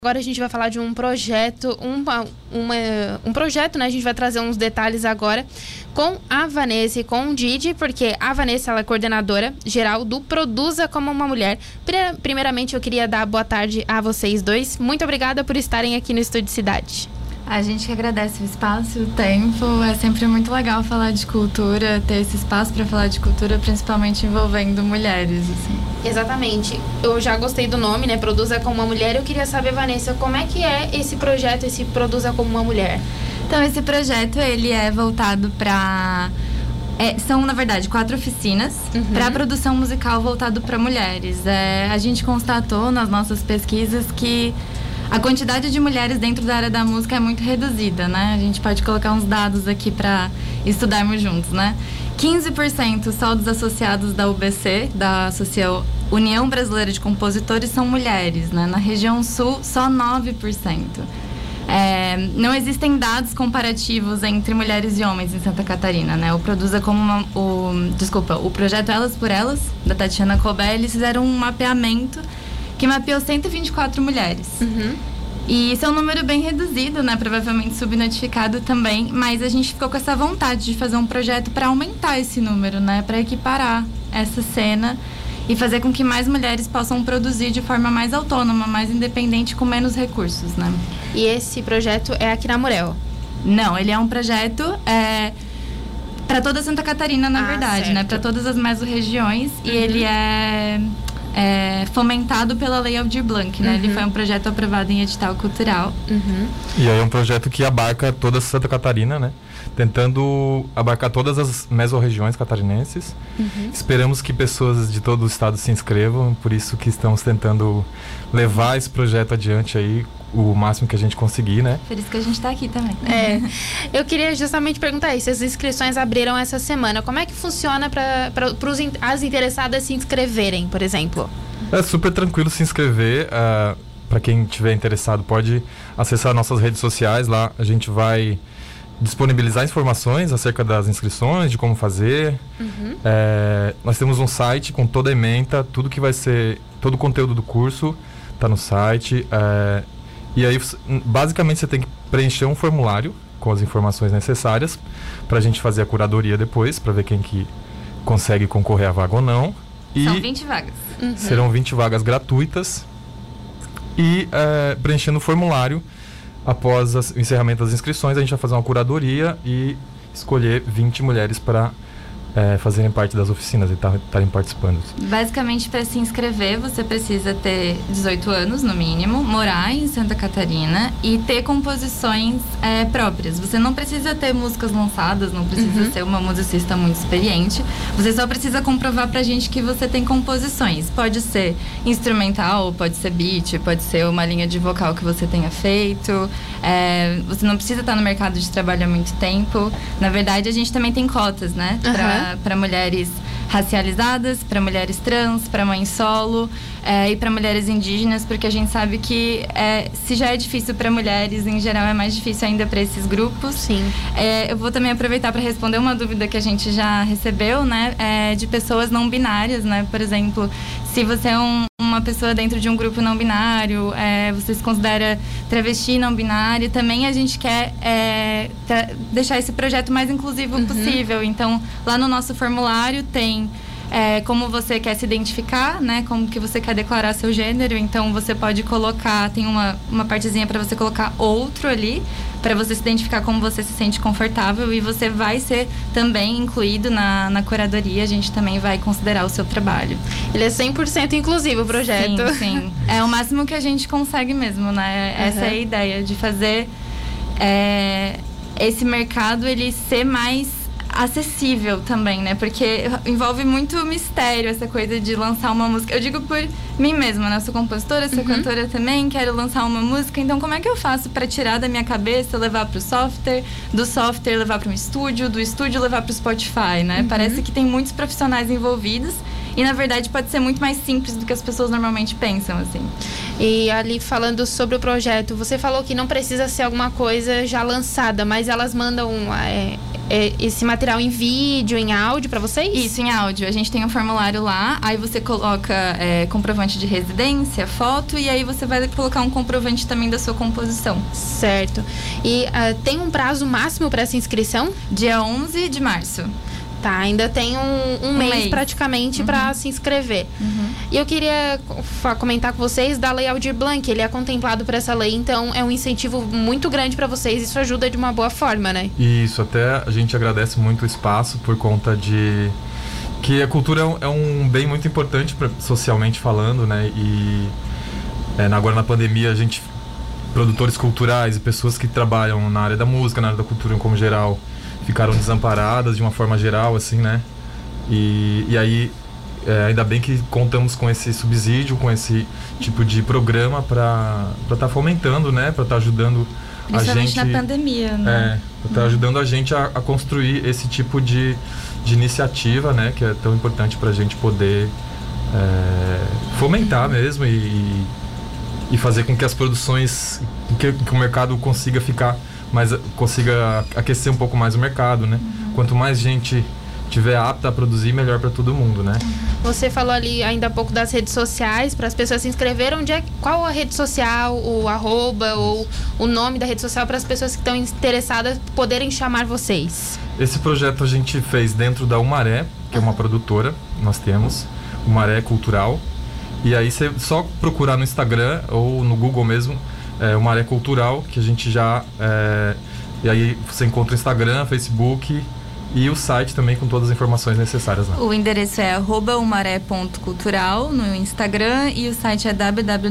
Agora a gente vai falar de um projeto, um projeto, né? A gente vai trazer uns detalhes agora com a Vanessa e com o Didi, porque a Vanessa, ela é coordenadora geral do Produza Como Uma Mulher. Primeiramente, eu queria dar boa tarde a vocês dois. Muito obrigada por estarem aqui no Estúdio Cidade. A gente que agradece o espaço e o tempo. É sempre muito legal falar de cultura, ter esse espaço para falar de cultura, principalmente envolvendo mulheres, assim. Exatamente. Eu já gostei do nome, né? Produza Como Uma Mulher. Eu queria saber, Vanessa, como é que é esse projeto, esse Produza Como Uma Mulher? Então, esse projeto, ele é voltado para... são, na verdade, 4 oficinas para produção musical voltado para mulheres. A gente constatou nas nossas pesquisas que a quantidade de mulheres dentro da área da música é muito reduzida, né? A gente pode colocar uns dados aqui para estudarmos juntos, né? 15% só dos associados da UBC, da União Brasileira de Compositores, são mulheres, né? Na região sul, só 9%. Não existem dados comparativos entre mulheres e homens em Santa Catarina, né? O projeto Elas por Elas, da Tatiana Cobé, eles fizeram um mapeamento que mapeou 124 mulheres. E isso é um número bem reduzido, né? Provavelmente subnotificado também, mas a gente ficou com essa vontade de fazer um projeto para aumentar esse número, né? Para equiparar essa cena e fazer com que mais mulheres possam produzir de forma mais autônoma, mais independente, com menos recursos, né? E esse projeto é aqui na Murel? Não, ele é um projeto para toda Santa Catarina, na verdade, certo, né? Para todas as mesorregiões. E ele é fomentado pela Lei Aldir Blanc, né? Ele foi um projeto aprovado em edital cultural. E aí é um projeto que abarca toda Santa Catarina, né? Tentando abarcar todas as mesorregiões catarinenses. Esperamos que pessoas de todo o estado se inscrevam, por isso que estamos tentando levar esse projeto adiante aí o máximo que a gente conseguir, né? Por isso que a gente está aqui também. Eu queria justamente perguntar isso, as inscrições abriram essa semana, como é que funciona para as interessadas se inscreverem, por exemplo? É super tranquilo se inscrever, para quem estiver interessado pode acessar nossas redes sociais, lá a gente vai disponibilizar informações acerca das inscrições, de como fazer. Nós temos um site com toda a ementa, tudo que vai ser, todo o conteúdo do curso está no site. E aí, basicamente, você tem que preencher um formulário com as informações necessárias para a gente fazer a curadoria depois, para ver quem que consegue concorrer à vaga ou não. E são 20 vagas. Serão 20 vagas gratuitas. E preenchendo o formulário, após o encerramento das inscrições, a gente vai fazer uma curadoria e escolher 20 mulheres para fazerem parte das oficinas e estarem participando. Basicamente, para se inscrever, você precisa ter 18 anos, no mínimo, morar em Santa Catarina e ter composições próprias. Você não precisa ter músicas lançadas, não precisa ser uma musicista muito experiente. Você só precisa comprovar pra gente que você tem composições. Pode ser instrumental, pode ser beat, pode ser uma linha de vocal que você tenha feito. Você não precisa estar no mercado de trabalho há muito tempo. Na verdade, a gente também tem cotas, né? Para mulheres racializadas, para mulheres trans, para mães solo e para mulheres indígenas, porque a gente sabe que se já é difícil para mulheres, em geral é mais difícil ainda para esses grupos. Sim. Eu vou também aproveitar para responder uma dúvida que a gente já recebeu, né, de pessoas não binárias, né? Por exemplo, se você é uma pessoa dentro de um grupo não binário, você se considera travesti não binário, também a gente quer deixar esse projeto mais inclusivo possível. Então, lá no nosso formulário tem como você quer se identificar, né? Como que você quer declarar seu gênero. Então, você pode colocar, tem uma partezinha para você colocar outro ali, para você se identificar como você se sente confortável, e você vai ser também incluído na curadoria. A gente também vai considerar o seu trabalho. Ele é 100% inclusivo, o projeto. Sim. É o máximo que a gente consegue mesmo, né? Essa é a ideia, de fazer esse mercado ele ser mais acessível também, né? Porque envolve muito mistério essa coisa de lançar uma música. Eu digo por mim mesma, né? Eu sou compositora, sou cantora também, quero lançar uma música. Então, como é que eu faço para tirar da minha cabeça, levar pro software, do software levar para um estúdio, do estúdio levar pro Spotify, né? Parece que tem muitos profissionais envolvidos E na verdade pode ser muito mais simples do que as pessoas normalmente pensam, assim. E ali falando sobre o projeto, você falou que não precisa ser alguma coisa já lançada, mas elas mandam esse material em vídeo, em áudio para vocês? Isso, em áudio. A gente tem um formulário lá, aí você coloca comprovante de residência, foto, e aí você vai colocar um comprovante também da sua composição. Certo. E tem um prazo máximo para essa inscrição? Dia 11 de março. Tá, ainda tem um mês praticamente para se inscrever. E eu queria comentar com vocês da Lei Aldir Blanc. Ele é contemplado por essa lei, então é um incentivo muito grande para vocês. Isso ajuda de uma boa forma, né? Isso, até a gente agradece muito o espaço por conta de que a cultura é um bem muito importante socialmente falando, né? E agora na pandemia a gente, produtores culturais e pessoas que trabalham na área da música, na área da cultura como geral, ficaram desamparadas de uma forma geral, assim, né? E aí, ainda bem que contamos com esse subsídio, com esse tipo de programa para estar fomentando, né? Para estar ajudando a gente... Principalmente na pandemia, né? Para estar ajudando a gente a construir esse tipo de iniciativa, né? Que é tão importante para a gente poder fomentar mesmo e fazer com que as produções... que o mercado consiga aquecer um pouco mais o mercado, né? Quanto mais gente tiver apta a produzir, melhor para todo mundo, né? Você falou ali ainda há pouco das redes sociais, para as pessoas se inscreverem. Qual a rede social, o @, ou o nome da rede social, para as pessoas que estão interessadas poderem chamar vocês? Esse projeto a gente fez dentro da Umaré, que é uma produtora, nós temos, Umaré Cultural. E aí você só procurar no Instagram ou no Google mesmo, Umaré Cultural, que a gente já... e aí você encontra o Instagram, Facebook e o site também com todas as informações necessárias lá. O endereço é @umaré.cultural no Instagram e o site é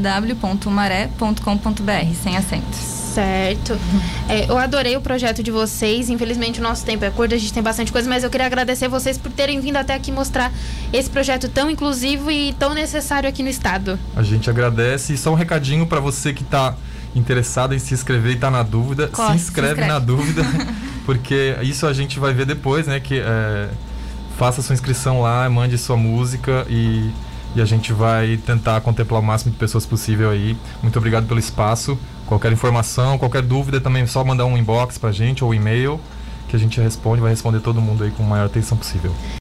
www.umaré.com.br, sem acento. Certo. Eu adorei o projeto de vocês. Infelizmente o nosso tempo é curto, a gente tem bastante coisa, mas eu queria agradecer vocês por terem vindo até aqui mostrar esse projeto tão inclusivo e tão necessário aqui no estado. A gente agradece. E só um recadinho para você que está interessado em se inscrever e está na dúvida, se inscreve na dúvida, porque isso a gente vai ver depois, né? Que faça sua inscrição lá, mande sua música e a gente vai tentar contemplar o máximo de pessoas possível aí. Muito obrigado pelo espaço. Qualquer informação, qualquer dúvida também, só mandar um inbox pra gente ou um e-mail que a gente vai responder todo mundo aí com a maior atenção possível.